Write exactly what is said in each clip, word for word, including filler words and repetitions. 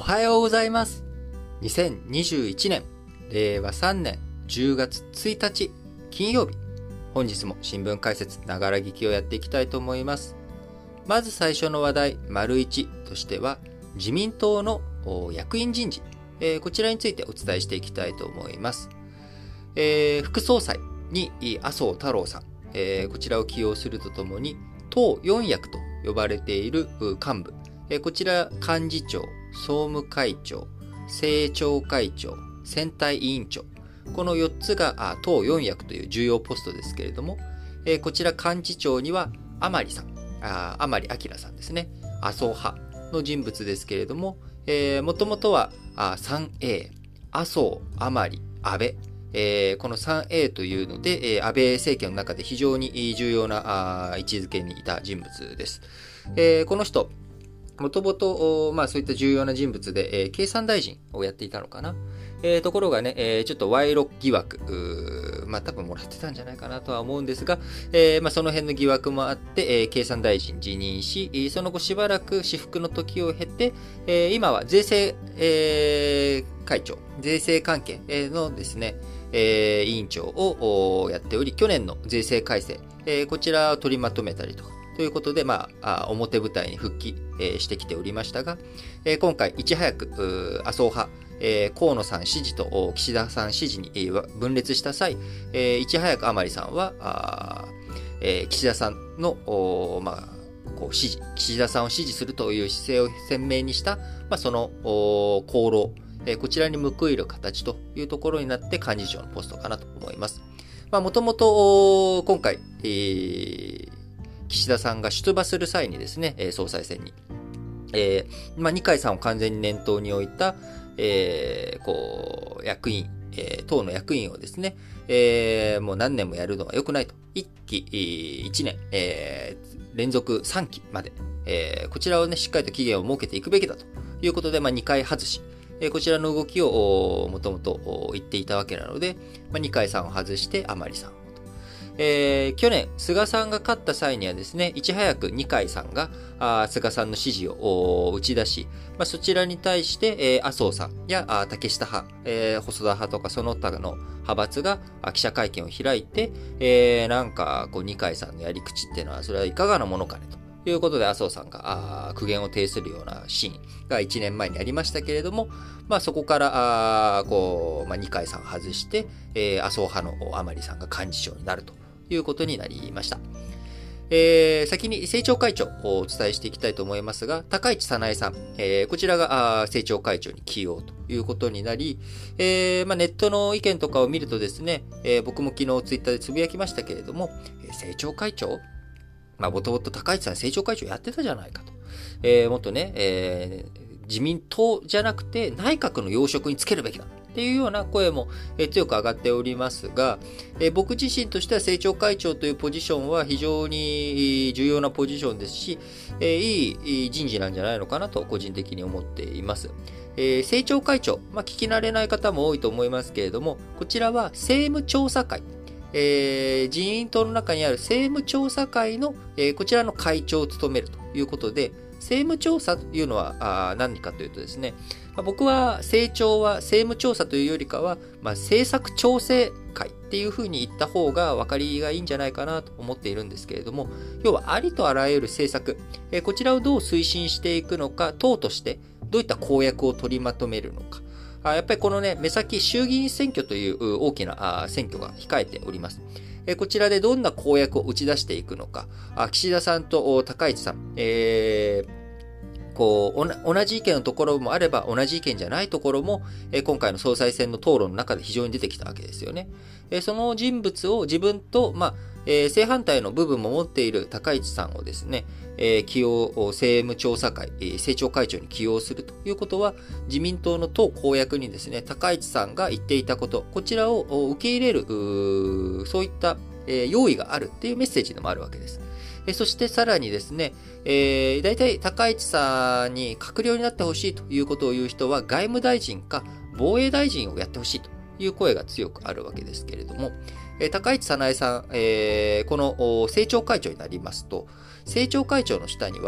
はようございます。にせんにじゅういちねん、れいわさんねんじゅうがつついたち金曜日、本日も新聞解説ながら聞きをやっていきたいと思います。まず最初の話題、丸いちとしては、自民党の役員人事、えー、こちらについてお伝えしていきたいと思います。えー、副総裁に麻生太郎さん、えー、こちらを起用するとともに、党よん役と呼ばれている幹部、えー、こちら幹事長、総務会長、政調会長、選対委員長、このよっつが党よん役という重要ポストですけれども、えー、こちら幹事長には甘利さん、あ甘利明さんですね、麻生派の人物ですけれども、えー、もともとは スリーエー、麻生、甘利、安倍、えー、この スリーエー というので、えー、安倍政権の中で非常に重要な位置づけにいた人物です。えー、この人、もともと、まあそういった重要な人物で、えー、経産大臣をやっていたのかな。えー、ところがね、えー、ちょっと賄賂疑惑、まあ多分もらってたんじゃないかなとは思うんですが、えー、まあその辺の疑惑もあって、えー、経産大臣辞任し、その後しばらく私服の時を経て、えー、今は税制、えー、会長、税制関係のですね、えー、委員長をやっており、去年の税制改正、えー、こちらを取りまとめたりとか、ということで、まあ、表舞台に復帰、えー、してきておりましたが、えー、今回、いち早く、麻生派、えー、河野さん支持と岸田さん支持に分裂した際、えー、いち早く甘利さんは、あえー、岸田さんの、まあ、こう支持、岸田さんを支持するという姿勢を鮮明にした、まあ、その功労、えー、こちらに報いる形というところになって幹事長のポストかなと思います。まあ、もともと、今回、えー岸田さんが出馬する際にですね、総裁選に、えーまあ、二階さんを完全に念頭に置いた、えー、こう役員、えー、党の役員をですね、えー、もう何年もやるのは良くないと。いっきいちねん、えー、連続さんきまで、えー、こちらをね、しっかりと期限を設けていくべきだということで、まあ、にかい外し、えー、こちらの動きをもともと言っていたわけなので、まあ、二階さんを外して甘利さん。えー、去年、菅さんが勝った際にはですね、いち早く二階さんがあ菅さんの支持を打ち出し、まあ、そちらに対して、えー、麻生さんやあ竹下派、えー、細田派とかその他の派閥が記者会見を開いて、えー、なんかこう二階さんのやり口っていうのはそれはいかがなものかねということで麻生さんが苦言を呈するようなシーンがいちねんまえにありましたけれども、まあ、そこからあこう、まあ、二階さんを外して、えー、麻生派の甘利さんが幹事長になるということになりました。えー、先に政調会長をお伝えしていきたいと思いますが、高市早苗さん、えー、こちらが政調会長に起用ということになり、えーまあ、ネットの意見とかを見るとですね、えー、僕も昨日ツイッターでつぶやきましたけれども、えー、政調会長まあ、もともと高市さん政調会長やってたじゃないかと。えー、もっとね、えー、自民党じゃなくて内閣の要職につけるべきだ。っていうような声も強く上がっておりますが、僕自身としては政調会長というポジションは非常に重要なポジションですし、いい人事なんじゃないのかなと個人的に思っています。政調会長、まあ、聞き慣れない方も多いと思いますけれども、こちらは政務調査会。えー、自民党の中にある政務調査会の、えー、こちらの会長を務めるということで、政務調査というのは何かというとですね、まあ、僕は政調は政務調査というよりかは、まあ、政策調整会っていうふうに言った方が分かりがいいんじゃないかなと思っているんですけれども、要はありとあらゆる政策、えー、こちらをどう推進していくのか、党としてどういった公約を取りまとめるのか、やっぱりこのね、目先衆議院選挙という大きな選挙が控えております。こちらでどんな公約を打ち出していくのか、岸田さんと高市さん、えー、こう同じ意見のところもあれば同じ意見じゃないところも今回の総裁選の討論の中で非常に出てきたわけですよね。その人物を自分と、まあ、正反対の部分も持っている高市さんをですね、起用、政務調査会、政調会長に起用するということは、自民党の党公約にですね、高市さんが言っていたこと、こちらを受け入れる、そういった用意があるっていうメッセージでもあるわけです。そしてさらにですね、えー、大体高市さんに閣僚になってほしいということを言う人は、外務大臣か防衛大臣をやってほしいという声が強くあるわけですけれども、高市早苗さん、えー、この政調会長になりますと、政調会長の下には、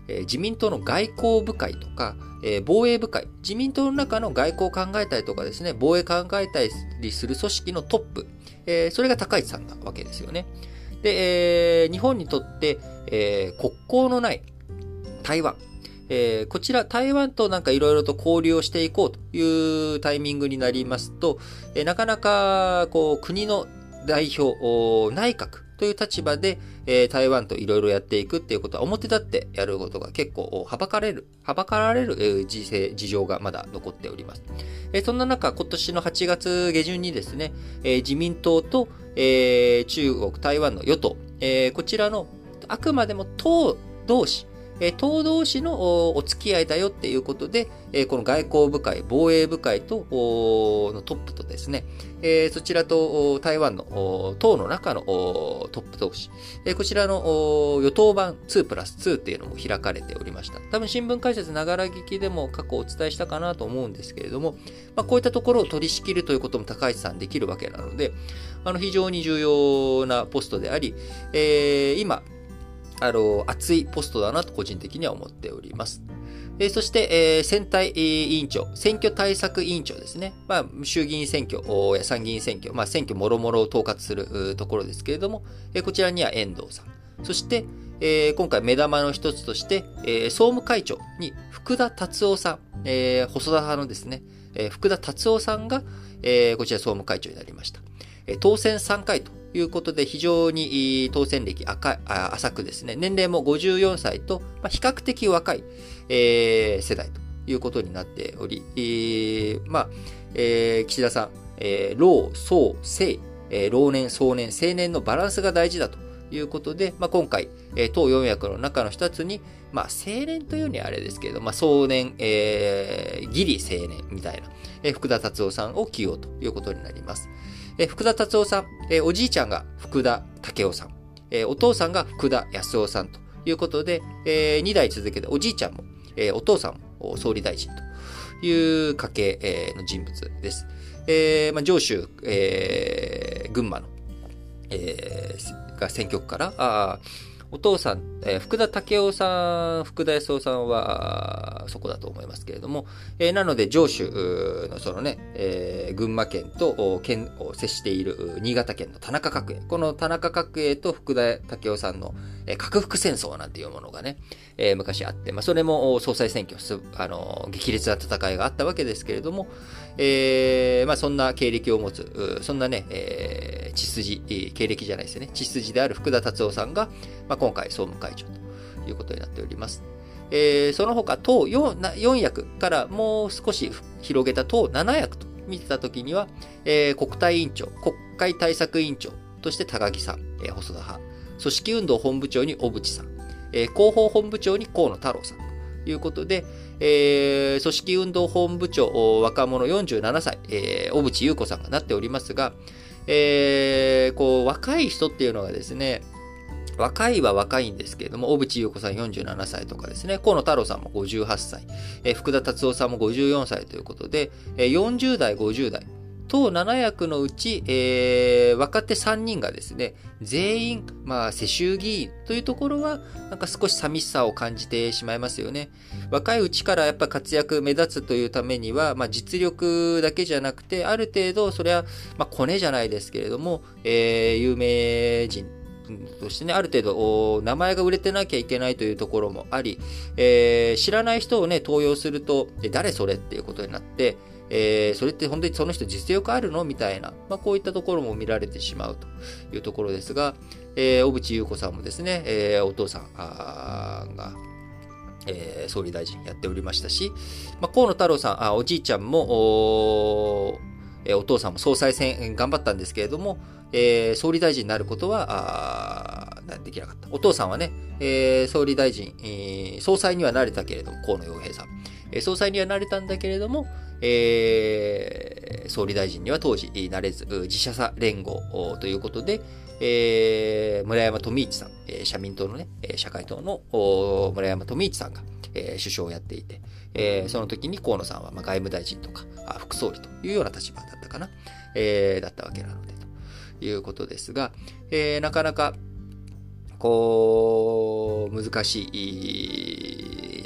えー、自民党の外交部会とか、えー、防衛部会、自民党の中の外交を考えたりとかですね、防衛考えたりする組織のトップ、えー、それが高市さんなわけですよね。で、えー、日本にとって、えー、国交のない台湾、えー、こちら台湾となんかいろいろと交流をしていこうというタイミングになりますと、えー、なかなかこう国の代表、内閣という立場で、えー、台湾といろいろやっていくっていうことは表立ってやることが結構はばかれる、はばかられる、えー、事情、事情がまだ残っております。えー、そんな中、今年のはちがつ下旬にですね、えー、自民党と、えー、中国、台湾の与党、えー、こちらのあくまでも党同士、党同士のお付き合いだよっていうことで、この外交部会、防衛部会とのトップとですね、そちらと台湾の党の中のトップ同士、こちらの与党版にプラスにっていうのも開かれておりました。多分新聞解説ながら聞きでも過去お伝えしたかなと思うんですけれども、まあ、こういったところを取り仕切るということも高市さんできるわけなので、あの非常に重要なポストであり、えー、今、あの、熱いポストだなと個人的には思っております。えー、そして、えー、選対委員長、選挙対策委員長ですね。まあ、衆議院選挙や参議院選挙、まあ、選挙もろもろを統括するところですけれども、えー、こちらには遠藤さん。そして、えー、今回目玉の一つとして、えー、総務会長に福田達夫さん、えー、細田派のですね、えー、福田達夫さんが、えー、こちら総務会長になりました。えー、当選さんかいということで、非常に当選歴赤浅くですね、年齢もごじゅうよんさいと、まあ、比較的若い、えー、世代ということになっており、えー、まあ、えー、岸田さん、えー、老、壮、青、えー、老年、壮年、青年のバランスが大事だということで、まあ、今回、えー、党四役の中の一つに、まあ、青年というにはあれですけれど、まあ、壮年、えー、ギリ青年みたいな、えー、福田達夫さんを起用ということになります。え福田達夫さん、えおじいちゃんが福田武夫さん、えお父さんが福田康夫さんということで、えー、に代続けておじいちゃんも、えー、お父さんも総理大臣という家系、えー、の人物です。えーまあ、上州、えー、群馬の、えー、が選挙区からあお父さん、えー、福田武夫さん、福田康夫さんは、そこだと思いますけれども、えー、なので、上州のそのね、えー、群馬県と県を接している新潟県の田中角栄。この田中角栄と福田武夫さんの、えー、核福戦争なんていうものがね、えー、昔あって、まあ、それも総裁選挙、あの、激烈な戦いがあったわけですけれども、えー、まあ、そんな経歴を持つ、そんなね、えー、血筋、経歴じゃないですね、血筋である福田達夫さんが、まあ、今回総務会長ということになっております。えー、その他、党 4, よん役からもう少し広げた党なな役と見てたときには、えー、国対委員長、国会対策委員長として高木さん、えー、細田派、組織運動本部長に小渕さん、えー、広報本部長に河野太郎さんということで、えー、組織運動本部長、若者よんじゅうななさい、えー、小渕優子さんがなっておりますが、えー、こう若い人っていうのがですね、若いは若いんですけれども、小渕優子さんよんじゅうななさいとかですね、河野太郎さんもごじゅうはっさい、えー、福田達夫さんもごじゅうよんさいということで、えー、よんじゅう代、ごじゅう代、党なな役のうち、えー、若手さんにんがですね、全員、まあ、世襲議員というところは、なんか少し寂しさを感じてしまいますよね。若いうちからやっぱ活躍目立つというためには、まあ、実力だけじゃなくて、ある程度、それは、まあ、コネじゃないですけれども、えー、有名人、としてね、ある程度名前が売れてなきゃいけないというところもあり、えー、知らない人をね登用すると誰それっていうことになって、えー、それって本当にその人実力あるのみたいな、まあ、こういったところも見られてしまうというところですが、えー、小渕優子さんもですね、えー、お父さんが、えー、総理大臣やっておりましたし、まあ、河野太郎さん、あおじいちゃんも お, お父さんも総裁選頑張ったんですけれども、えー、総理大臣になることはできなかった。お父さんはね、えー、総理大臣、えー、総裁にはなれたけれども、河野洋平さん、えー、総裁にはなれたんだけれども、えー、総理大臣には当時なれず、自社さ連合ということで、えー、村山富市さん、えー、社民党のね、社会党の村山富市さんが、えー、首相をやっていて、えー、その時に河野さんはまあ外務大臣とか副総理というような立場だったかな、えー、だったわけなのでということですが、えー、なかなかこう難しい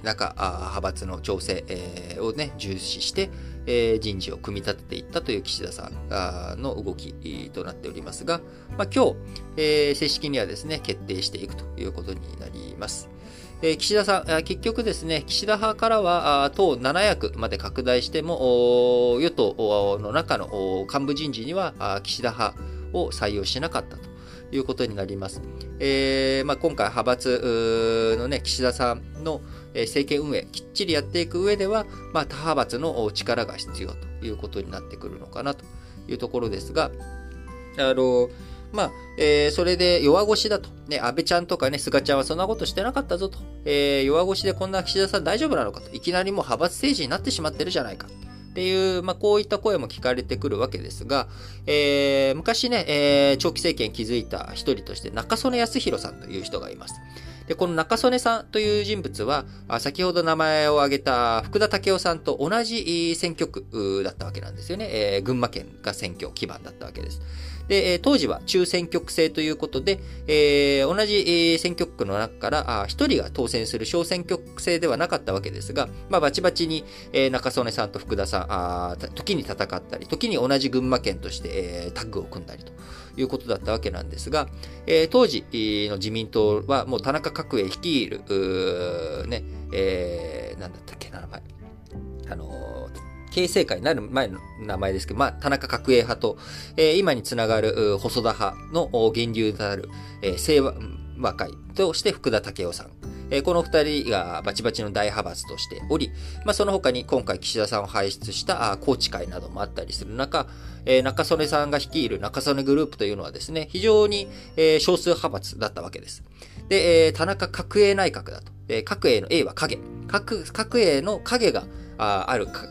中、派閥の調整、えー、をね、重視して、えー、人事を組み立てていったという岸田さんの動きとなっておりますが、まあ、今日、えー、正式にはですね、決定していくということになります。えー、岸田さん、結局ですね、岸田派からは党なな役まで拡大しても、与党の中の幹部人事には岸田派を採用しなかったということになります。えーまあ、今回派閥のね、岸田さんの政権運営、きっちりやっていく上では、まあ、他派閥の力が必要ということになってくるのかなというところですが、あの、まあ、えー、それで弱腰だと。ね、安倍ちゃんとかね、菅ちゃんはそんなことしてなかったぞと。えー、弱腰でこんな岸田さん大丈夫なのかと。いきなりもう派閥政治になってしまってるじゃないか。っていう、まあ、こういった声も聞かれてくるわけですが、えー、昔ね、えー、長期政権築いた一人として中曽根康弘さんという人がいます。で、この中曽根さんという人物は、先ほど名前を挙げた福田赳夫さんと同じ選挙区だったわけなんですよね。えー、群馬県が選挙基盤だったわけです。で、当時は中選挙区制ということで、えー、同じ選挙区の中から一人が当選する小選挙区制ではなかったわけですが、まあ、バチバチに中曽根さんと福田さん、あ時に戦ったり、時に同じ群馬県としてタッグを組んだりということだったわけなんですが、えー、当時の自民党はもう田中角栄率いる、ね、えー、なんだったっけな、名前。あのー形成会になる前の名前ですけど、まあ、田中角栄派と、えー、今につながる細田派の源流となる、えー、清和会として福田赳夫さん。えー、この二人がバチバチの大派閥としており、まあ、その他に今回岸田さんを輩出した高知会などもあったりする中、えー、中曽根さんが率いる中曽根グループというのはですね、非常に、えー、少数派閥だったわけです。で、えー、田中角栄内閣だと。えー、角栄の A は影。角、角栄の影がああるか。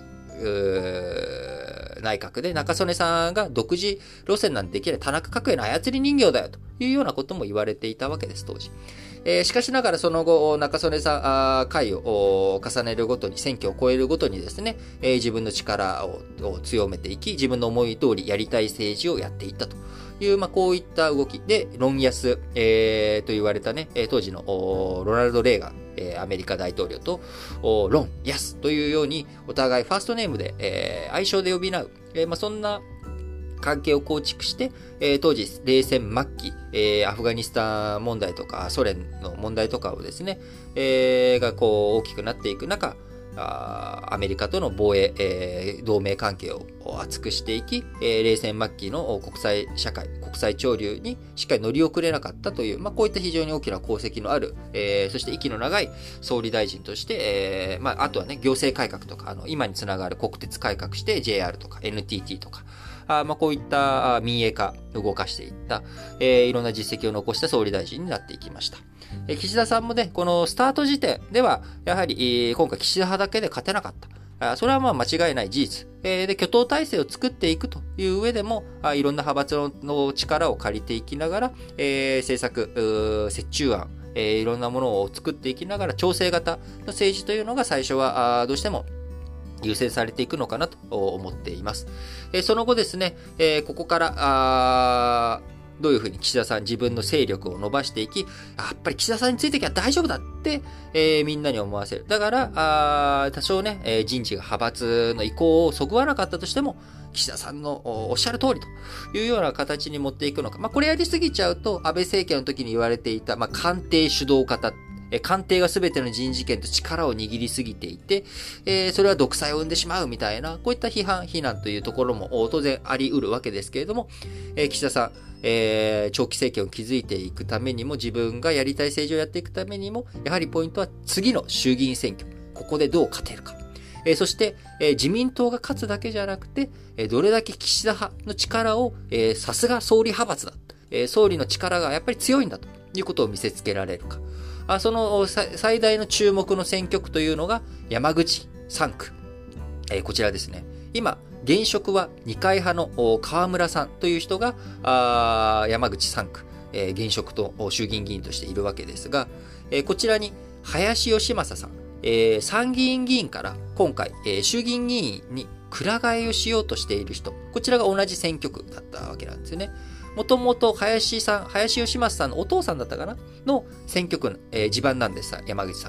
内閣で中曽根さんが独自路線なんてできない田中角栄の操り人形だよというようなことも言われていたわけです、当時。えー、しかしながらその後、中曽根さん、会を重ねるごとに、選挙を超えるごとにですね、えー、自分の力を強めていき、自分の思い通りやりたい政治をやっていったという、まあ、こういった動きで、ロン安、えー、と言われたね、当時のロナルド・レーガン、えー、アメリカ大統領とロン・ヤスというようにお互いファーストネームで、えー、愛称で呼び合う、えーまあ、そんな関係を構築して、えー、当時冷戦末期、えー、アフガニスタン問題とかソ連の問題とかをですね、えー、がこう大きくなっていく中、あアメリカとの防衛、えー、同盟関係を厚くしていき、えー、冷戦末期の国際社会、国際潮流にしっかり乗り遅れなかったという、まあ、こういった非常に大きな功績のある、えー、そして息の長い総理大臣として、えーまあ、あとはね、行政改革とか、あの今につながる国鉄改革して ジェイアール とか エヌティーティー とか、あまあ、こういった民営化、動かしていった、えー、いろんな実績を残した総理大臣になっていきました。えー、岸田さんもね、このスタート時点では、やはり、えー、今回岸田派だけで勝てなかった。あそれはまあ間違いない事実。えー、で、挙党体制を作っていくという上でも、あいろんな派閥の力を借りていきながら、えー、政策、折衷案、えー、いろんなものを作っていきながら、調整型の政治というのが最初は、あどうしても、優先されていくのかなと思っています。えー、その後ですね、えー、ここから、あどういうふうに岸田さん自分の勢力を伸ばしていき、やっぱり岸田さんについてきゃ大丈夫だって、えー、みんなに思わせる。だから、あ多少ね、えー、人事が派閥の意向をそぐわなかったとしても、岸田さんのおっしゃる通りというような形に持っていくのか。まあ、これやりすぎちゃうと、安倍政権の時に言われていた、まあ、官邸主導型。官邸が全ての人事権と力を握りすぎていて、えー、それは独裁を生んでしまうみたいな、こういった批判、非難というところも当然あり得るわけですけれども、えー、岸田さん、えー、長期政権を築いていくためにも、自分がやりたい政治をやっていくためにも、やはりポイントは次の衆議院選挙、ここでどう勝てるか。えー、そして、えー、自民党が勝つだけじゃなくて、えー、どれだけ岸田派の力を、えー、さすが総理派閥だ、えー、総理の力がやっぱり強いんだということを見せつけられるか。あその最大の注目の選挙区というのが山口さん区、えー、こちらですね。今現職は二階派の河村さんという人があ山口さん区、えー、現職と衆議院議員としているわけですが、えー、こちらに林芳正さん、えー、参議院議員から今回、えー、衆議院議員にくら替えをしようとしている人、こちらが同じ選挙区だったわけなんですよね。もともと林さん、林芳正さんのお父さんだったかなの選挙区、えー、地盤なんです、山口さん区。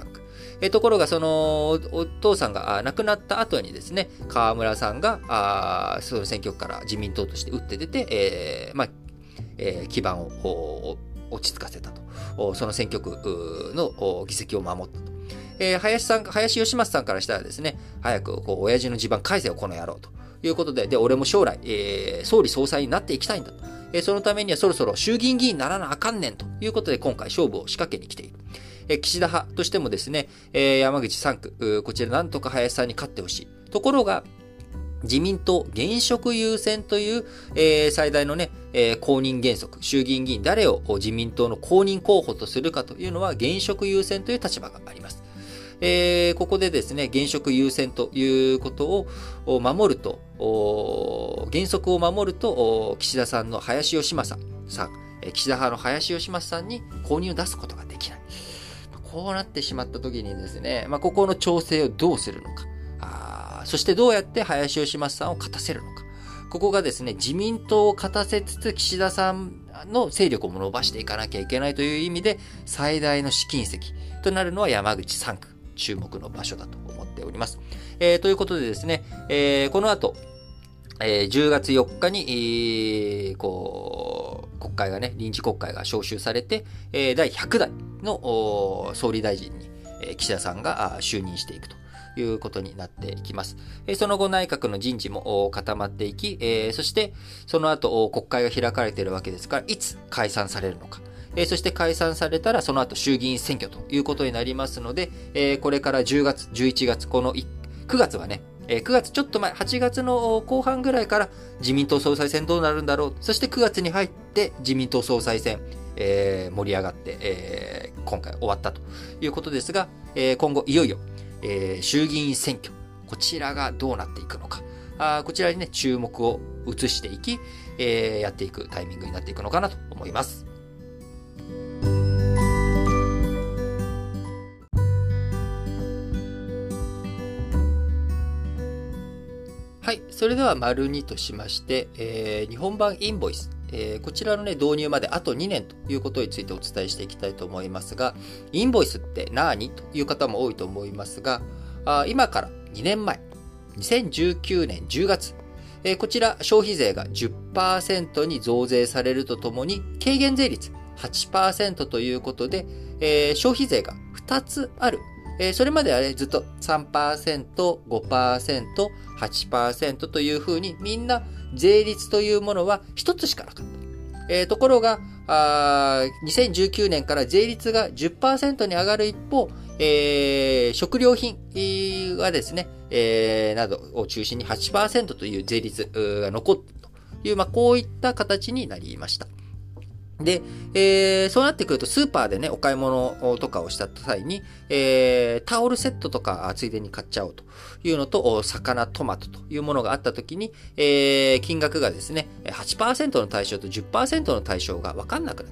えー、ところが、その、お父さんが亡くなった後にですね、河村さんが、あその選挙区から自民党として打って出て、えー、まあ、えー、基盤を落ち着かせたと。その選挙区の議席を守ったと。えー、林さん、林芳正さんからしたらですね、早く、こう、親父の地盤返せよ、この野郎と。いうことで、で、俺も将来、えー、総理総裁になっていきたいんだと。えー、そのためにはそろそろ衆議院議員にならなあかんねんということで、今回勝負を仕掛けに来ている。えー、岸田派としてもですね、えー、山口さん区、こちらなんとか林さんに勝ってほしい。ところが、自民党現職優先という、えー、最大のね、えー、公認原則、衆議院議員誰を自民党の公認候補とするかというのは現職優先という立場があります。えー、ここでですね、現職優先ということを守ると、原則を守ると、岸田さんの林芳正さん、岸田派の林芳正さんに公認を出すことができない。こうなってしまった時にですね、まあ、ここの調整をどうするのか。あそしてどうやって林芳正さんを勝たせるのか。ここがですね、自民党を勝たせつつ岸田さんの勢力を伸ばしていかなきゃいけないという意味で、最大の試金石となるのは山口さん区。注目の場所だと思っております。えー、ということでですね、えー、この後、えー、じゅうがつよっかに、えー、こう、国会がね、臨時国会が召集されて、えー、だいひゃくだいの総理大臣に、えー、岸田さんが就任していくということになっていきます。えー、その後内閣の人事も固まっていき、えー、そしてその後国会が開かれているわけですから、いつ解散されるのか。えー、そして解散されたらその後衆議院選挙ということになりますので、えー、これからじゅうがつ、じゅういちがつ、このくがつはね、えー、くがつちょっと前、はちがつの後半ぐらいから自民党総裁選どうなるんだろう。そしてくがつに入って自民党総裁選、えー、盛り上がって、えー、今回終わったということですが、えー、今後いよいよ、えー、衆議院選挙、こちらがどうなっていくのか。あこちらにね、注目を移していき、えー、やっていくタイミングになっていくのかなと思います。はい。それでは、丸にとしまして、えー、日本版インボイス。えー、こちらのね、導入まであとにねんということについてお伝えしていきたいと思いますが、インボイスって何という方も多いと思いますが、あ今からにねんまえ、にせんじゅうきゅうねんじゅうがつ、えー、こちら消費税が じゅっパーセント に増税されるとともに、軽減税率 はちパーセント ということで、えー、消費税がふたつある。えー、それまではね、ずっと さんパーセント、ごパーセント、はちパーセント というふうにみんな税率というものは一つしかなかった。えー、ところがあ、にせんじゅうきゅうねんから税率が じゅっパーセント に上がる一方、えー、食料品はですね、えー、などを中心に はちパーセント という税率が残ったという、まあ、こういった形になりました。で、えー、そうなってくるとスーパーでね、お買い物とかをした際に、えー、タオルセットとかついでに買っちゃおうというのと、魚、トマトというものがあったときに、えー、金額がですね、はちパーセント の対象と じゅっパーセント の対象が分かんなくなって、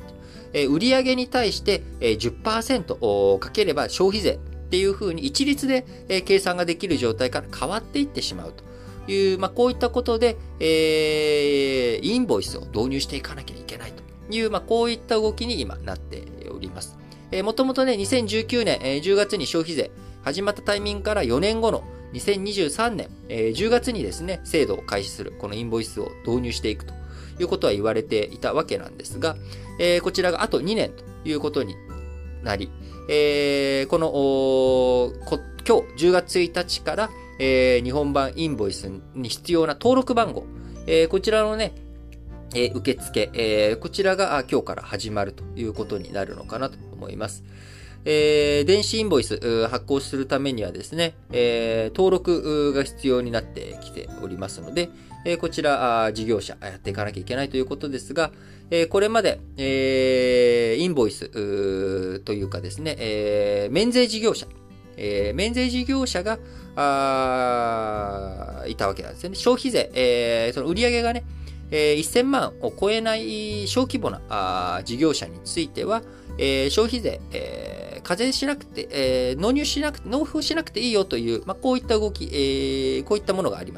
えー、売上に対して、えー、じゅっパーセント をかければ消費税っていう風に一律で、えー、計算ができる状態から変わっていってしまうという、まあ、こういったことで、えー、インボイスを導入していかなきゃいけないと。いう、まあ、こういった動きに今なっております。えー、もともとね、にせんじゅうきゅうねん、えー、じゅうがつに消費税始まったタイミングからよねんごのにせんにじゅうさんねん、えー、じゅうがつにですね、制度を開始する、このインボイスを導入していくということは言われていたわけなんですが、えー、こちらがあとにねんということになり、えー、この、こ今日じゅうがつついたちから、えー、日本版インボイスに必要な登録番号、えー、こちらのね、えー、受付、えー、こちらが今日から始まるということになるのかなと思います。えー、電子インボイス発行するためにはですね、えー、登録が必要になってきておりますので、えー、こちら事業者やっていかなきゃいけないということですが、えー、これまで、えー、インボイスというかですね、えー、免税事業者、えー、免税事業者があいたわけなんですよね。消費税、えー、その売上がね、えー、せんまんを超えない小規模なあ事業者については、えー、消費税、えー、課税しなくて、えー、納入しなくて、納付しなくていいよという、まあ、こういった動き、えー、こういったものがありました。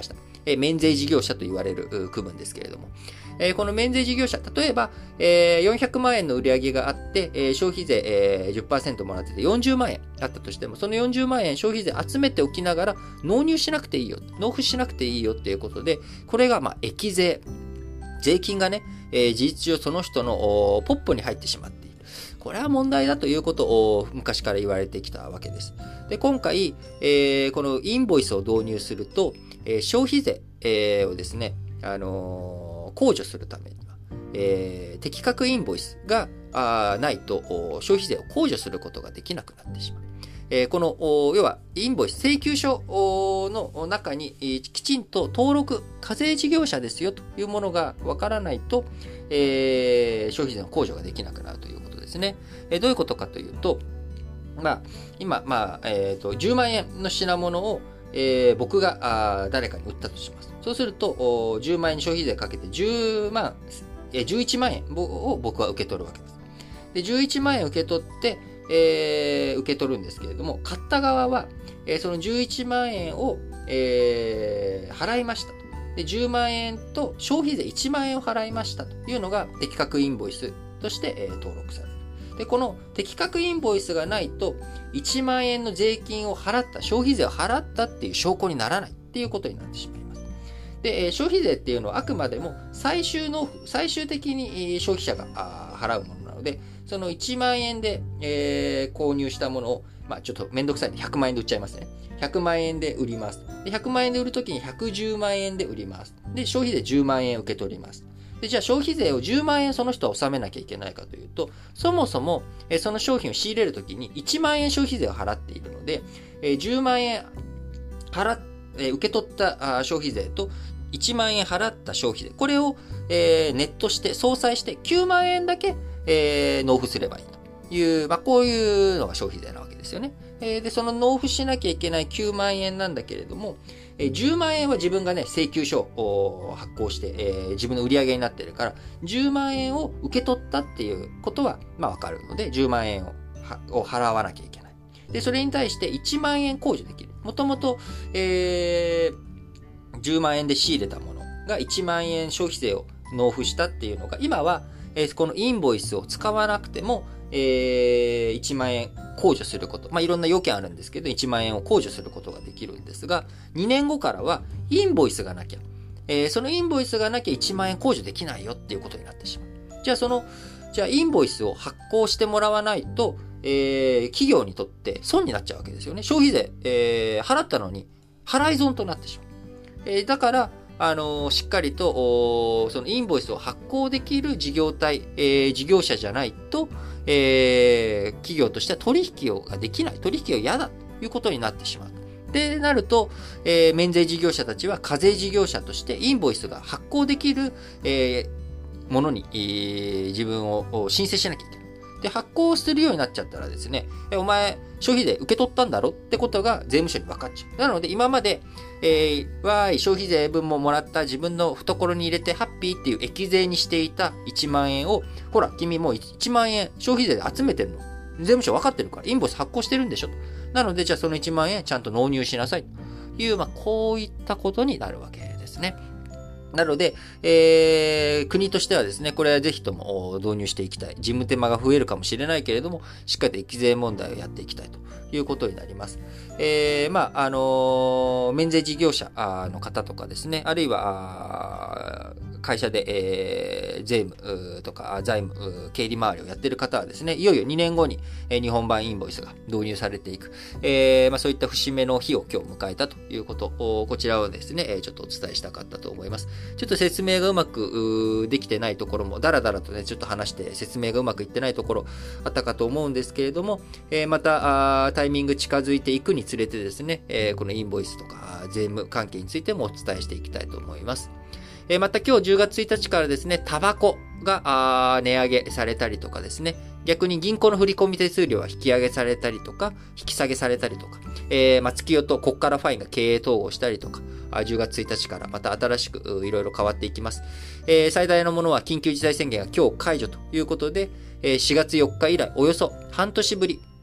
えー、免税事業者と言われる区分ですけれども、えー、この免税事業者、例えば、えー、よんひゃくまんえんの売り上げがあって、えー、消費税、えー、じゅっパーセント もらっててよんじゅうまんえんあったとしても、そのよんじゅうまんえん消費税集めておきながら納入しなくていいよ、納付しなくていいよっていうことで、これがまあ益税、税金がね、えー、事実上その人のポップに入ってしまっている。これは問題だということを昔から言われてきたわけです。で、今回、えー、このインボイスを導入すると、えー、消費税、えー、をですね、あのー控除するためには、えー、適格インボイスがないと消費税を控除することができなくなってしまう。えー、この要はインボイス請求書の中にきちんと登録課税事業者ですよというものがわからないと、えー、消費税の控除ができなくなるということですね。えー、どういうことかというと、まあ、今、まあえー、とじゅうまんえんの品物をえー、僕があ誰かに売ったとします。そうすると、じゅうまんえんに消費税かけてじゅうまん、えー、じゅういちまんえんを僕は受け取るわけです。で、じゅういちまんえん受け取って、えー、受け取るんですけれども、買った側は、えー、そのじゅういちまんえんを、えー、払いましたと。で、じゅうまんえんと消費税いちまんえんを払いましたというのが適格インボイスとして、えー、登録される。で、この適格インボイスがないと、いちまんえんの税金を払った、消費税を払ったっていう証拠にならないっていうことになってしまいます。で、消費税っていうのはあくまでも最終納付、最終的に消費者が払うものなので、そのいちまんえんで、えー、購入したものを、まあちょっとめんどくさいんでひゃくまんえんで売っちゃいますね。ひゃくまんえんで売ります。で、ひゃくまんえんで売るときにひゃくじゅうまんえんで売ります。で、消費税じゅうまんえん受け取ります。で、じゃあ消費税をじゅうまんえんその人は納めなきゃいけないかというと、そもそもえその商品を仕入れるときにいちまんえん消費税を払っているので、えじゅうまんえん払え受け取った消費税といちまんえん払った消費税、これを、えー、ネットして相殺してきゅうまんえんだけ、えー、納付すればいいという、まあ、こういうのが消費税なわけですよね。えー、で、その納付しなきゃいけないきゅうまんえんなんだけれども、じゅうまんえんは自分がね、請求書を発行して、えー、自分の売り上げになってるから、じゅうまんえんを受け取ったっていうことは、まあわかるので、じゅうまんえんをを払わなきゃいけない。で、それに対していちまんえん控除できる。もともと、えー、じゅうまんえんで仕入れたものがいちまんえん消費税を納付したっていうのが、今は、えー、このインボイスを使わなくても、えー、いちまんえん控除すること。まあ、いろんな要件あるんですけど、いちまんえんを控除することができるんですが、にねんごからはインボイスがなきゃ、えー、そのインボイスがなきゃいちまんえん控除できないよっていうことになってしまう。じゃあその、じゃあインボイスを発行してもらわないと、えー、企業にとって損になっちゃうわけですよね。消費税、えー、払ったのに払い損となってしまう。えー、だから、あのー、しっかりと、そのインボイスを発行できる事業体、えー、事業者じゃないと、えー、企業としては取引をができない、取引が嫌だということになってしまう。で、なると、えー、免税事業者たちは課税事業者としてインボイスが発行できる、えー、ものに、えー、自分を申請しなきゃいけない。で、発行するようになっちゃったらですね、えお前、消費税受け取ったんだろってことが税務署に分かっちゃう。なので、今まで、えー、わーい、消費税分ももらった自分の懐に入れてハッピーっていう益税にしていたいちまんえんを、ほら、君もういちまんえん消費税で集めてるの。税務署分かってるから、インボイス発行してるんでしょと。なので、じゃあそのいちまんえんちゃんと納入しなさい。という、まあ、こういったことになるわけですね。なので、えー、国としてはですね、これはぜひとも導入していきたい。事務手間が増えるかもしれないけれども、しっかりと益税問題をやっていきたいということになります。えー、まあ、あのー、免税事業者の方とかですね、あるいは、会社で、えー、税務とか財務、経理周りをやっている方はですね、いよいよにねんごに、えー、日本版インボイスが導入されていく。えー、まあ、そういった節目の日を今日迎えたということ、こちらをですね、ちょっとお伝えしたかったと思います。ちょっと説明がうまくできてないところも、だらだらとね、ちょっと話して説明がうまくいってないところあったかと思うんですけれども、えー、またタイミング近づいていくにつれてですね、えー、このインボイスとか税務関係についてもお伝えしていきたいと思います。えー、また今日じゅうがつついたちからですね、タバコが値上げされたりとかですね、逆に銀行の振込手数料は引き上げされたりとか、引き下げされたりとか、えー、まあ、月夜とコッカラファインが経営統合したりとか、じゅうがつついたちからまた新しくいろいろ変わっていきます。えー、最大のものは緊急事態宣言が今日解除ということで、しがつよっか以来およそ半年ぶり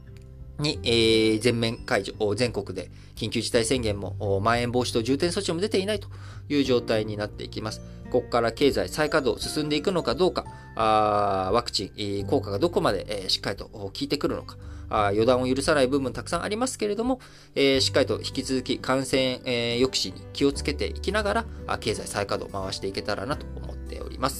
に、えー、全面解除、全国で緊急事態宣言も、まん延防止等重点措置も出ていないという状態になっていきます。ここから経済再稼働進んでいくのかどうか、あワクチン効果がどこまで、えー、しっかりと効いてくるのか、あ予断を許さない部分たくさんありますけれども、えー、しっかりと引き続き感染、えー、抑止に気をつけていきながら、あ経済再稼働を回していけたらなと思っております。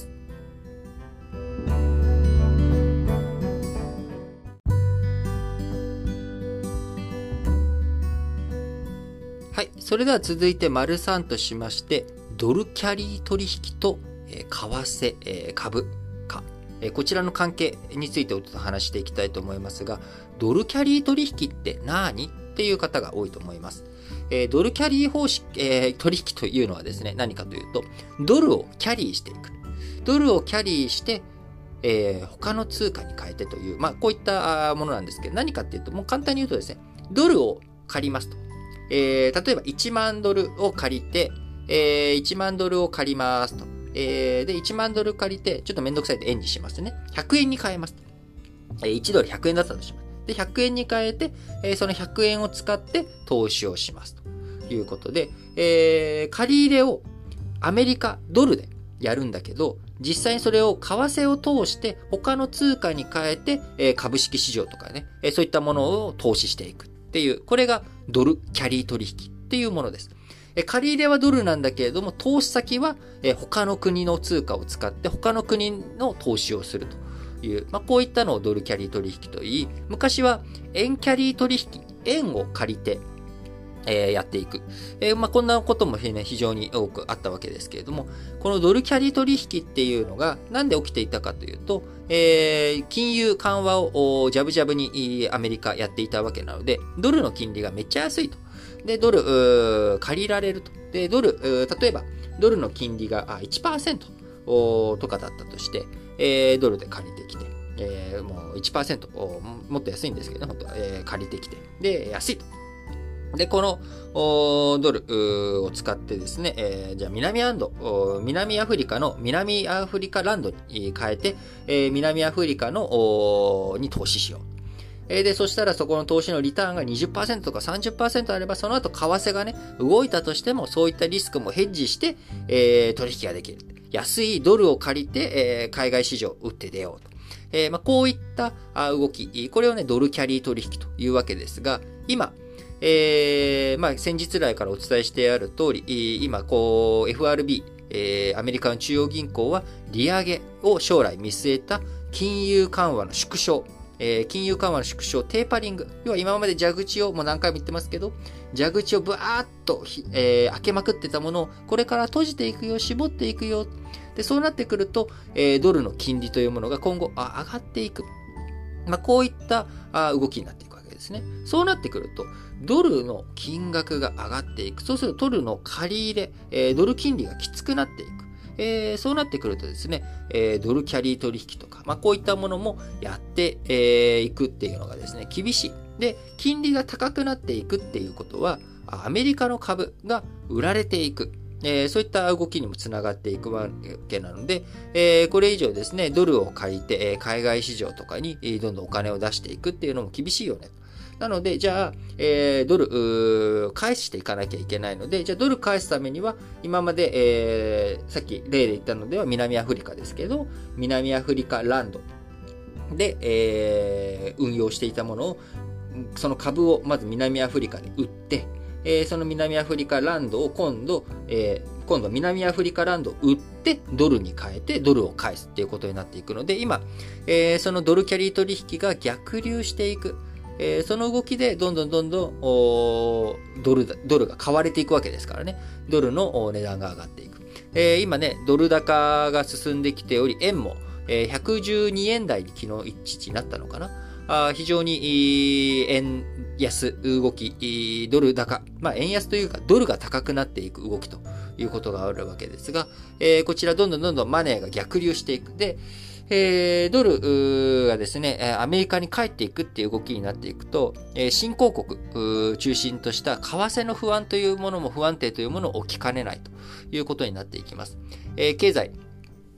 はい。それでは続いて丸さんとしまして、ドルキャリー取引と、えー、為替、えー、株価、えー、こちらの関係についてお話していきたいと思いますが、ドルキャリー取引って何っていう方が多いと思います。えー、ドルキャリー方式、えー、取引というのはですね、何かというと、ドルをキャリーしていく。ドルをキャリーして、えー、他の通貨に変えてという、まあ、こういったものなんですけど、何かっていうと、もう簡単に言うとですね、ドルを借りますと。えー、例えばいちまんドルを借りて、えー、いちまんドルを借りますと。えー、で、いちまんドル借りて、ちょっとめんどくさいと円にしますね。ひゃくえんに変えますと。えー、いちドルひゃくえんだったとします。で、ひゃくえんに変えて、えー、そのひゃくえんを使って投資をしますということで、えー、借り入れをアメリカドルでやるんだけど、実際にそれを為替を通して他の通貨に変えて、えー、株式市場とかね、えー、そういったものを投資していくっていう、これがドルキャリー取引っていうものです。え借り入れはドルなんだけれども、投資先はえ他の国の通貨を使って他の国の投資をするという、まあ、こういったのをドルキャリー取引といい、昔は円キャリー取引、円を借りて、えー、やっていく。えー、まあ、こんなことも、ね、非常に多くあったわけですけれども、このドルキャリー取引っていうのがなんで起きていたかというと、えー、金融緩和をジャブジャブにアメリカやっていたわけなので、ドルの金利がめっちゃ安いと。で、ドル、借りられると。で、ドル、例えば、ドルの金利が いちパーセント とかだったとして、えー、ドルで借りてきて、えー、もう いちパーセント、もっと安いんですけどね、本当は、えー、借りてきて、で、安いと。で、このドルを使ってですね、えー、じゃあ南アンド、南アフリカの南アフリカランドに変えて、えー、南アフリカのに投資しよう。で、そしたらそこの投資のリターンが にじゅっパーセント とか さんじゅっパーセント あれば、その後為替がね、動いたとしても、そういったリスクもヘッジして、えー、取引ができる。安いドルを借りて、えー、海外市場打って出ようと。えーまあ、こういった動き、これをね、ドルキャリー取引というわけですが、今、えー、まあ、先日来からお伝えしてある通り、今、こう、エフアールビー、えー、アメリカの中央銀行は、利上げを将来見据えた金融緩和の縮小、えー、金融緩和の縮小、テーパリング。要は今まで蛇口をもう何回も言ってますけど、蛇口をブワーッと、えー、開けまくってたものを、これから閉じていくよ、絞っていくよ。で、そうなってくると、えー、ドルの金利というものが今後、あ上がっていく。まあ、こういったあ動きになっていくわけですね。そうなってくると、ドルの金額が上がっていく。そうすると、ドルの借り入れ、えー、ドル金利がきつくなっていく。えー、そうなってくるとですね、えー、ドルキャリー取引とか、まあ、こういったものもやってい、えー、くっていうのがですね、厳しい。で、金利が高くなっていくっていうことは、アメリカの株が売られていく。えー、そういった動きにもつながっていくわけなので、えー、これ以上ですね、ドルを借りて、えー、海外市場とかにどんどんお金を出していくっていうのも厳しいよね。なので、じゃあ、えー、ドル、返していかなきゃいけないので、じゃあドル返すためには、今まで、えー、さっき例で言ったのでは南アフリカですけど、南アフリカランドで、えー、運用していたものを、その株をまず南アフリカに売って、えー、その南アフリカランドを今度、えー、今度南アフリカランドを売ってドルに変えてドルを返すっていうことになっていくので、今、えー、そのドルキャリー取引が逆流していく。えー、その動きでどんどんどんどんドル、ドルが買われていくわけですからね。ドルの値段が上がっていく。えー、今ね、ドル高が進んできており、円もひゃくじゅうにえん台に昨日一時になったのかな。あ非常に円安動き、ドル高、まあ円安というかドルが高くなっていく動きということがあるわけですが、えー、こちらどんどんどんどんマネーが逆流していく。で、えー、ドルがですね、アメリカに帰っていくっていう動きになっていくと、新興国中心とした為替の不安というものも不安定というものを起きかねないということになっていきます。えー、経済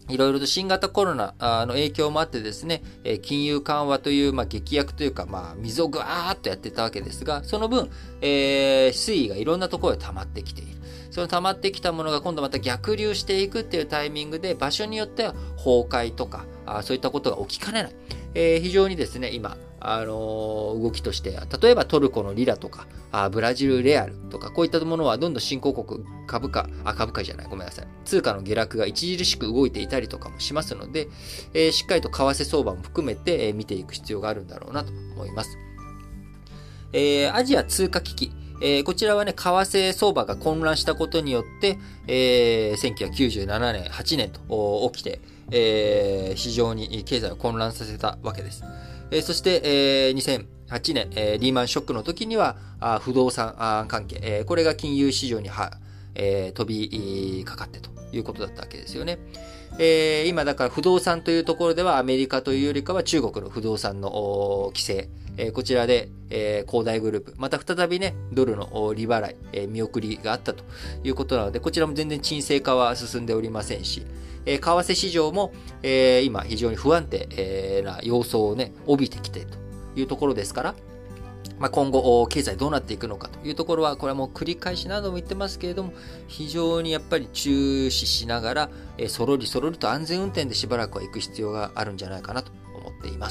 いろいろと新型コロナの影響もあってですね、金融緩和という、まあ、劇薬というか、まあ、水をぐわーっとやってたわけですが、その分、えー、水位がいろんなところで溜まってきている。その溜まってきたものが今度また逆流していくっていうタイミングで、場所によっては崩壊とか、あそういったことが起きかねない。えー、非常にですね、今、あのー、動きとしては、例えばトルコのリラとか、あブラジルレアルとか、こういったものはどんどん新興国株価、あ、株価じゃない、ごめんなさい。通貨の下落が著しく動いていたりとかもしますので、えー、しっかりと為替相場も含めて、えー、見ていく必要があるんだろうなと思います。えー、アジア通貨危機。えー、こちらはね、為替相場が混乱したことによって、えー、せんきゅうひゃくきゅうじゅうななねん、はちねんと起きて、えー、非常に経済を混乱させたわけです。えー、そして、えー、にせんはちねん、えー、リーマンショックの時には、あ不動産あ関係、えー、これが金融市場には、えー、飛びかかってということだったわけですよね。えー、今だから不動産というところではアメリカというよりかは中国の不動産の規制、えー、こちらで、えー、恒大グループ、また再びね、ドルの利払い、えー、見送りがあったということなので、こちらも全然沈静化は進んでおりませんし、えー、為替市場も、えー、今非常に不安定、えー、な様相をね、帯びてきているというところですから、まあ、今後、経済どうなっていくのかというところは、これはもう繰り返し何度も言ってますけれども、非常にやっぱり注視しながら、えー、そろりそろりと安全運転でしばらくは行く必要があるんじゃないかなと思っています。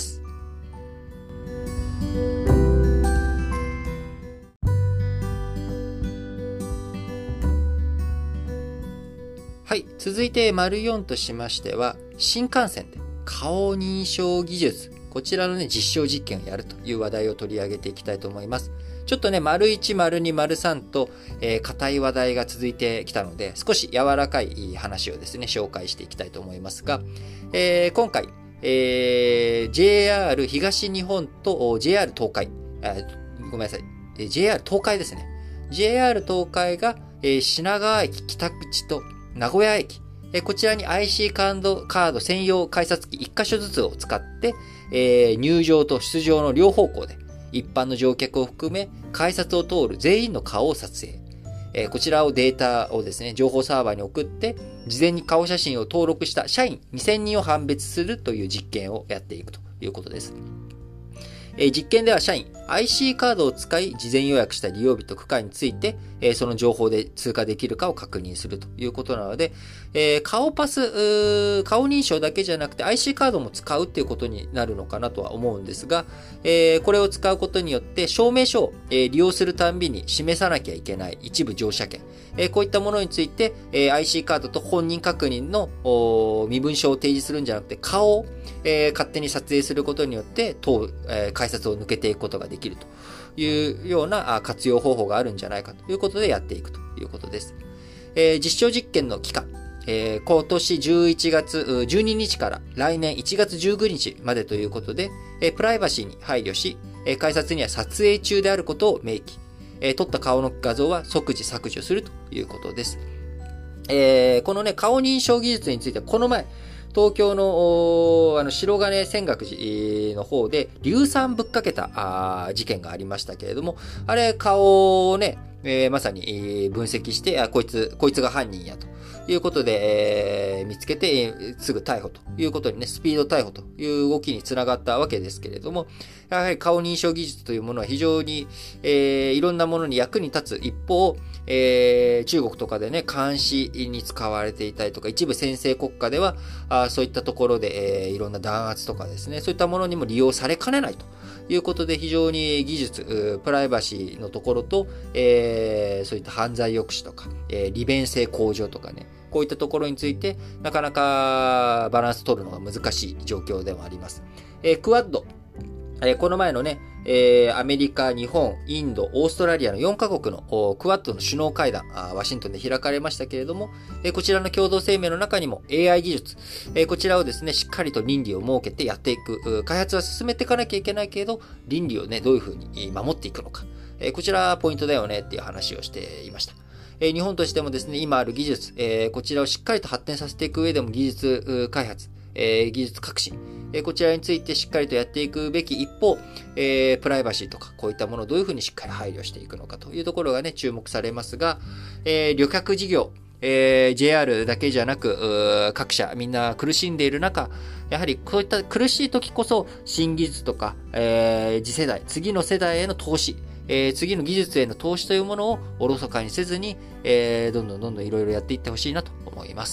はい。続いて、丸よんとしましては、新幹線で顔認証技術、こちらのね、実証実験をやるという話題を取り上げていきたいと思います。ちょっとね、丸いち、丸に、丸さんと、えー、硬い話題が続いてきたので、少し柔らかい話をですね、紹介していきたいと思いますが、えー、今回、えー、ジェイアール 東日本と ジェイアール 東海、ごめんなさい、ジェイアール 東海ですね。ジェイアール 東海が、えー、品川駅北口と名古屋駅、えー、こちらに アイシー カード、カード専用改札機いっ箇所ずつを使って、えー、入場と出場の両方向で一般の乗客を含め改札を通る全員の顔を撮影、えー、こちらをデータをですね、情報サーバーに送って事前に顔写真を登録した社員にせんにんを判別するという実験をやっていくということです。えー、実験では社員 アイシー カードを使い事前予約した利用日と区間について、えー、その情報で通過できるかを確認するということなので、えー、顔パス、顔認証だけじゃなくて アイシー カードも使うっていうことになるのかなとは思うんですが、えー、これを使うことによって証明書を、えー、利用するたんびに示さなきゃいけない一部乗車券、えー、こういったものについて、えー、アイシー カードと本人確認の身分証を提示するんじゃなくて顔を、えー、勝手に撮影することによって当、えー、改札を抜けていくことができるというような活用方法があるんじゃないかということでやっていくということです。えー、実証実験の期間、えー、今年じゅういちがつじゅうににちから来年いちがつじゅうくにちまでということで、えー、プライバシーに配慮し、えー、改札には撮影中であることを明記、えー、撮った顔の画像は即時削除するということです。えー、このね、顔認証技術についてはこの前、東京の、あの、白金泉岳寺の方で、硫酸ぶっかけた、あ事件がありましたけれども、あれ、顔をね、えー、まさに分析して、あ、こいつ、こいつが犯人やということで、えー、見つけて、えー、すぐ逮捕ということにね、スピード逮捕という動きにつながったわけですけれども、やはり顔認証技術というものは非常に、えー、いろんなものに役に立つ一方、えー、中国とかでね、監視に使われていたりとか、一部先制国家では、あそういったところで、えー、いろんな弾圧とかですね、そういったものにも利用されかねないということで、非常に技術、プライバシーのところと、えー、そういった犯罪抑止とか、えー、利便性向上とかね、こういったところについて、なかなかバランス取るのが難しい状況ではあります。えー、クワッド。えー、この前のね、えー、アメリカ、日本、インド、オーストラリアのよんカ国のクワッドの首脳会談、ワシントンで開かれましたけれども、えー、こちらの共同声明の中にも エーアイ 技術、えー、こちらをですね、しっかりと倫理を設けてやっていく、開発は進めていかなきゃいけないけれど、倫理をね、どういうふうに守っていくのか、えー、こちらポイントだよねっていう話をしていました。えー、日本としてもですね、今ある技術、えー、こちらをしっかりと発展させていく上でも技術開発、えー、技術革新、えー、こちらについてしっかりとやっていくべき一方、えー、プライバシーとかこういったものをどういうふうにしっかり配慮していくのかというところがね、注目されますが、えー、旅客事業、 えー、ジェイアール だけじゃなく、各社みんな苦しんでいる中、やはりこういった苦しい時こそ新技術とか、えー、次世代、次の世代への投資、えー、次の技術への投資というものをおろそかにせずに、えー、どんどんどんどんいろいろやっていってほしいなと思います。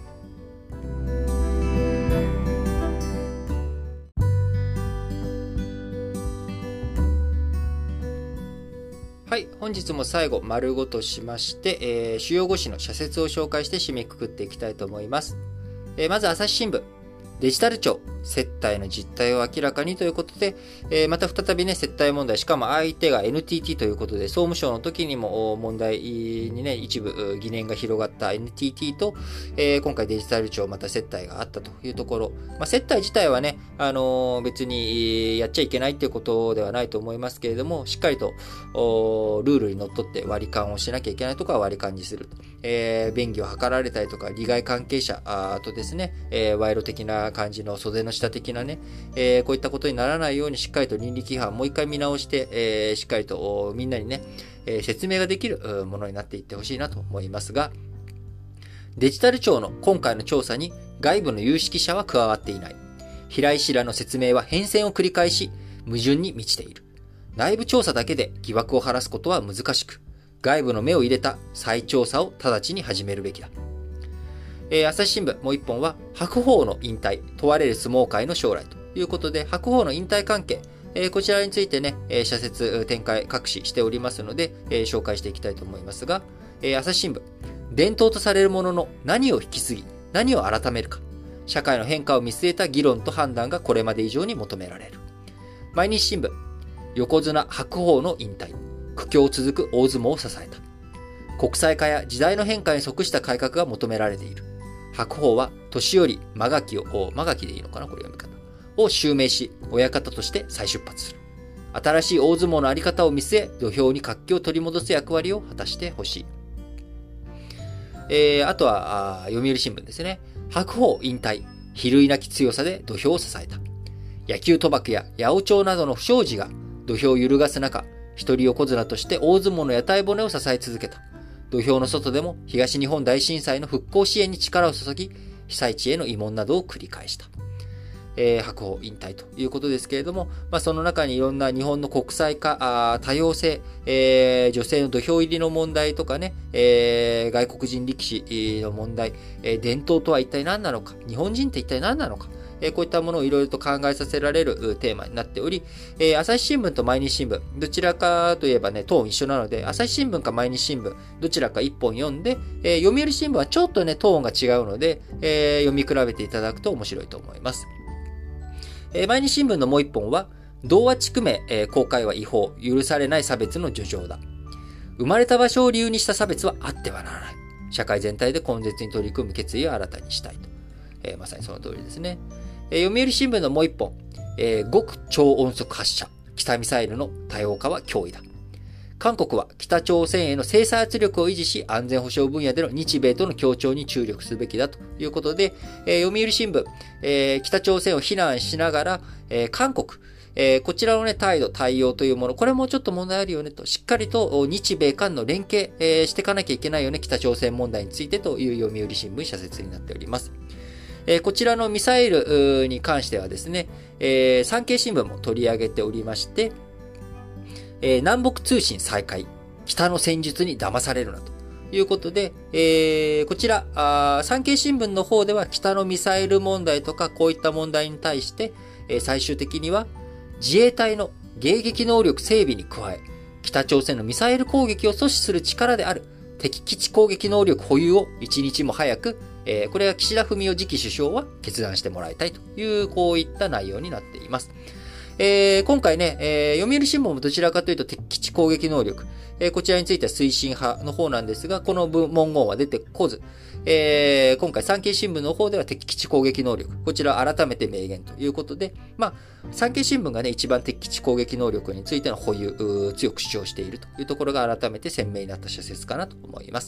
はい。本日も最後、丸ごとしまして、えー、主要ご紙の社説を紹介して締めくくっていきたいと思います。えー、まず、朝日新聞。デジタル庁、接待の実態を明らかにということで、えー、また再びね、接待問題、しかも相手が エヌティーティー ということで、総務省の時にも問題にね、一部疑念が広がった エヌティーティー と、えー、今回デジタル庁また接待があったというところ、まあ、接待自体はね、あのー、別にやっちゃいけないっていうことではないと思いますけれども、しっかりとルールにのっとって割り勘をしなきゃいけないところは割り勘にすると。えー、便宜を図られたりとか、利害関係者とですね、えー、賄賂的な感じの袖の下的なね、えー、こういったことにならないようにしっかりと倫理規範もう一回見直して、えー、しっかりとみんなにね、えー、説明ができるものになっていってほしいなと思いますが、デジタル庁の今回の調査に外部の有識者は加わっていない。平井氏らの説明は変遷を繰り返し、矛盾に満ちている。内部調査だけで疑惑を晴らすことは難しく、外部の目を入れた再調査を直ちに始めるべきだ。えー、朝日新聞もう一本は、白鵬の引退、問われる相撲界の将来ということで、白鵬の引退関係、えー、こちらについてね、えー、社説展開各紙しておりますので、えー、紹介していきたいと思いますが、えー、朝日新聞、伝統とされるものの何を引き継ぎ、何を改めるか、社会の変化を見据えた議論と判断がこれまで以上に求められる。毎日新聞、横綱白鵬の引退、苦境続く大相撲を支えた。国際化や時代の変化に即した改革が求められている。白鵬は年寄り間垣を、間垣でいいのかなこれ読み方。を襲名し、親方として再出発する。新しい大相撲のあり方を見据え、土俵に活気を取り戻す役割を果たしてほしい。えー、あとはあ、読売新聞ですね。白鵬引退、比類なき強さで土俵を支えた。野球賭博や八百長などの不祥事が土俵を揺るがす中、一人横綱として大相撲の屋台骨を支え続けた。土俵の外でも東日本大震災の復興支援に力を注ぎ、被災地への慰問などを繰り返した。えー、白鵬引退ということですけれども、まあ、その中にいろんな日本の国際化、あ多様性、えー、女性の土俵入りの問題とかね、えー、外国人力士の問題、えー、伝統とは一体何なのか、日本人って一体何なのか、えー、こういったものをいろいろと考えさせられるテーマになっており、えー、朝日新聞と毎日新聞、どちらかといえばね、トーン一緒なので、朝日新聞か毎日新聞、どちらか一本読んで、えー、読売新聞はちょっとね、トーンが違うので、えー、読み比べていただくと面白いと思います。えー、毎日新聞のもう一本は、童話地区名、えー、公開は違法、許されない差別の叙情だ。生まれた場所を理由にした差別はあってはならない。社会全体で根絶に取り組む決意を新たにしたいと。えー、まさにその通りですね。えー、読売新聞のもう一本、えー、極超音速発射、北ミサイルの多様化は脅威だ。韓国は北朝鮮への制裁圧力を維持し、安全保障分野での日米との協調に注力すべきだということで、えー、読売新聞、えー、北朝鮮を非難しながら、えー、韓国、えー、こちらのね、態度、対応というもの、これもちょっと問題あるよねと、しっかりと日米韓の連携、えー、していかなきゃいけないよね、北朝鮮問題についてという読売新聞社説になっております。えー、こちらのミサイルに関してはですね、えー、産経新聞も取り上げておりまして、えー、南北通信再開、北の戦術に騙されるなということで、えー、こちらあ、産経新聞の方では北のミサイル問題とかこういった問題に対して、えー、最終的には自衛隊の迎撃能力整備に加え、北朝鮮のミサイル攻撃を阻止する力である敵基地攻撃能力保有を一日も早く、えー、これは岸田文雄次期首相は決断してもらいたいという、こういった内容になっています。えー、今回ね、えー、読売新聞もどちらかというと敵基地攻撃能力、えー、こちらについては推進派の方なんですが、この文言は出てこず、えー、今回産経新聞の方では敵基地攻撃能力、こちらを改めて明言ということで、まあ、産経新聞がね、一番敵基地攻撃能力についての保有、強く主張しているというところが改めて鮮明になった社説かなと思います。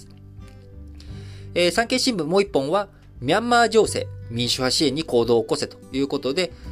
えー、産経新聞もう一本は、ミャンマー情勢、民主派支援に行動を起こせということで、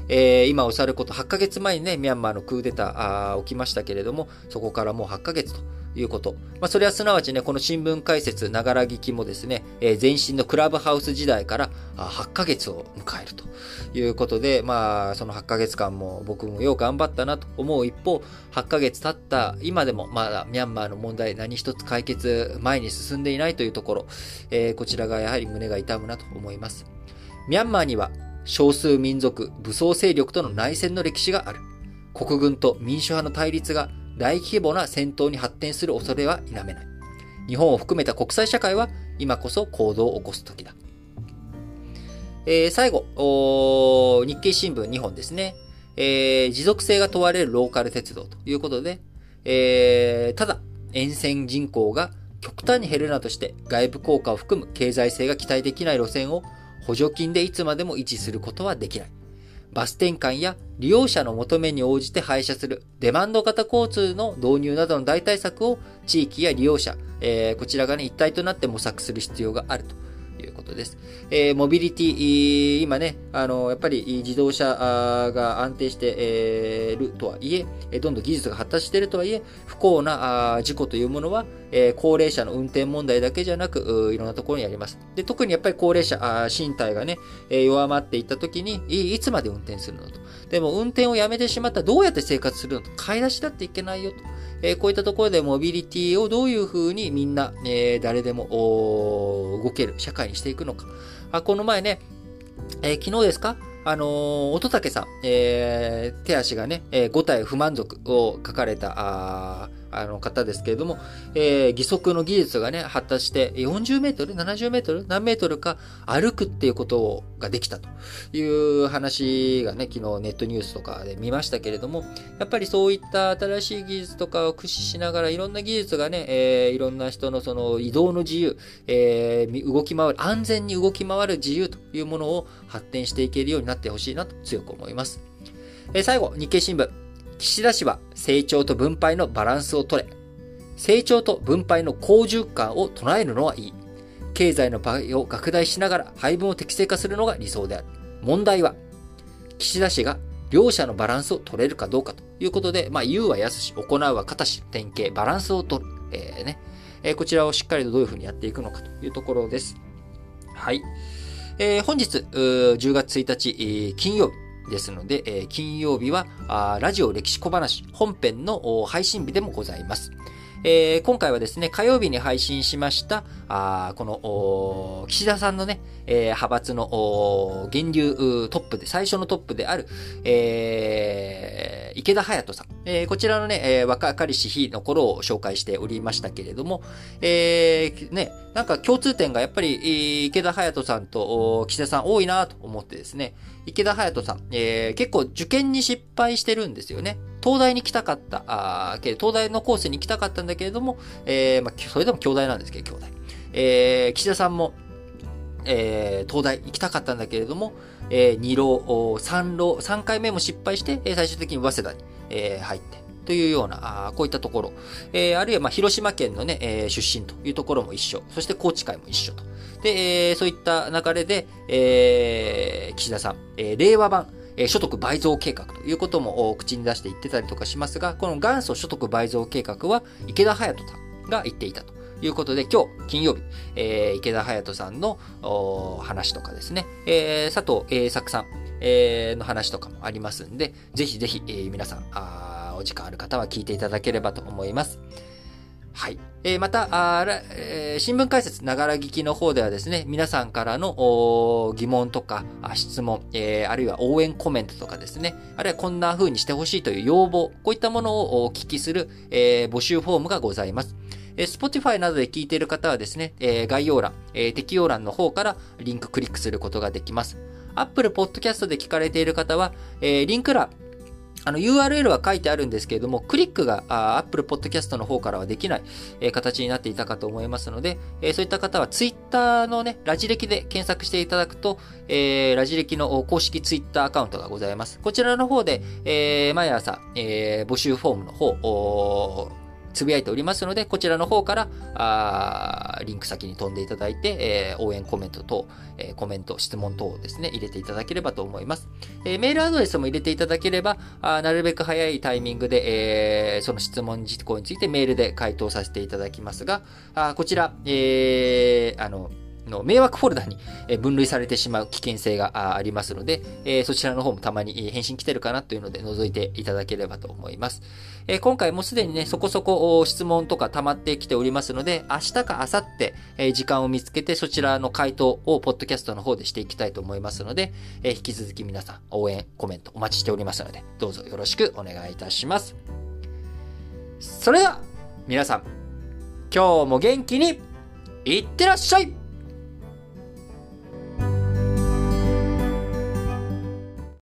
えー、今おっしゃることはちかげつまえにね、ミャンマーのクーデターあ起きましたけれども、そこからもうはちかげつということ。まあ、それはすなわちね、この新聞解説、ながら聞きもですね、えー、前身のクラブハウス時代からはちかげつを迎えるということで、まあ、そのはちかげつかんも僕もよう頑張ったなと思う一方、はちかげつ経った今でもまだミャンマーの問題何一つ解決前に進んでいないというところ、えー、こちらがやはり胸が痛むなと思います。ミャンマーには少数民族武装勢力との内戦の歴史がある。国軍と民主派の対立が大規模な戦闘に発展する恐れは否めない。日本を含めた国際社会は今こそ行動を起こす時だ。えー、最後、日経新聞にほんですね、えー。持続性が問われるローカル鉄道ということで、えー、ただ沿線人口が極端に減るなどして外部効果を含む経済性が期待できない路線を補助金でいつまでも維持することはできない。バス転換や利用者の求めに応じて配車するデマンド型交通の導入などの代替策を地域や利用者、えー、こちらがね、一体となって模索する必要があるということです。えー、モビリティ、今ね、あの、やっぱり自動車が安定しているとはいえ、どんどん技術が発達しているとはいえ、不幸な事故というものは、えー、高齢者の運転問題だけじゃなく、いろんなところにあります。で、特にやっぱり高齢者、身体がね、弱まっていった時にい、いつまで運転するのと。でも運転をやめてしまったらどうやって生活するのと。買い出しだっていけないよと。えー、こういったところでモビリティをどういうふうにみんな、えー、誰でも動ける社会にしていくのか。あ、この前ね、えー、昨日ですかあのー、乙武さん、えー、手足がね、えー、ご体不満足を書かれた、ああの方ですけれども、えー、義足の技術がね、発達してよんじゅうメートル ?ななじゅうメートル何メートルか歩くっていうことができたという話がね、昨日ネットニュースとかで見ましたけれども、やっぱりそういった新しい技術とかを駆使しながらいろんな技術がね、えー、いろんな人のその移動の自由、えー、動き回る、安全に動き回る自由というものを発展していけるようになってほしいなと強く思います。えー、最後、日経新聞。岸田氏は成長と分配のバランスを取れ。成長と分配の好循環を唱えるのはいい。経済の場を拡大しながら配分を適正化するのが理想である。問題は、岸田氏が両者のバランスを取れるかどうかということで、まあ、言うは易し、行うは難し、典型、バランスを取る。えーねえー、こちらをしっかりとどういうふうにやっていくのかというところです。はい。えー、本日、じゅうがつついたち、えー、金曜日。ですので、えー、金曜日はあラジオ歴史小話本編の配信日でもございます。えー、今回はですね、火曜日に配信しました、あこの、岸田さんのね、えー、派閥の源流トップで、最初のトップである、えー、池田隼人さん。えー、こちらのね、えー、若かりし日の頃を紹介しておりましたけれども、えー、ね、なんか共通点がやっぱり、池田隼人さんと岸田さん多いなと思ってですね、池田隼人さん、えー、結構受験に失敗してるんですよね。東大に来たかった、あ東大のコースに来たかったんだけれども、えーまあ、それでも京大なんですけど、京大。えー、岸田さんも、えー、東大行きたかったんだけれども、えー、に浪、さん浪、さんかいめも失敗して、最終的に早稲田に、えー、入って、というような、あこういったところ。えー、あるいは、まあ、広島県のね、えー、出身というところも一緒。そして高知会も一緒と。で、えー、そういった流れで、えー、岸田さん、えー、令和版、所得倍増計画ということも口に出して言ってたりとかしますが、この元祖所得倍増計画は池田隼人さんが言っていたということで、今日金曜日、えー、池田隼人さんの話とかですね、えー、佐藤栄作さん、えー、の話とかもありますんで、ぜひぜひ、えー、皆さんあお時間ある方は聞いていただければと思います。はい。えー、また、あえー、新聞解説ながら聞きの方ではですね、皆さんからの疑問とか質問、えー、あるいは応援コメントとかですね、あるいはこんな風にしてほしいという要望、こういったものをお聞きする、えー、募集フォームがございます。えー、Spotify などで聞いている方はですね、えー、概要欄、えー、適用欄の方からリンククリックすることができます。Apple Podcast で聞かれている方は、えー、リンク欄、あの ユーアールエル は書いてあるんですけれども、クリックが Apple Podcast の方からはできない、えー、形になっていたかと思いますので、えー、そういった方は Twitter のね、ラジ歴で検索していただくと、えー、ラジ歴の公式 Twitter アカウントがございます。こちらの方で、えー、毎朝、えー、募集フォームの方、 つぶやいておりますので、こちらの方から、あリンク先に飛んでいただいて、えー、応援コメント等、えー、コメント、質問等をですね、入れていただければと思います。えー、メールアドレスも入れていただければ、あなるべく早いタイミングで、えー、その質問事項についてメールで回答させていただきますが、あこちら、えー、あの、の迷惑フォルダに分類されてしまう危険性がありますので、えー、そちらの方もたまに返信来てるかなというので覗いていただければと思います。えー、今回もすでにね、そこそこ質問とか溜まってきておりますので、明日か明後日、えー、時間を見つけてそちらの回答をポッドキャストの方でしていきたいと思いますので、えー、引き続き皆さん応援、コメントお待ちしておりますので、どうぞよろしくお願いいたします。それでは、皆さん、今日も元気にいってらっしゃい。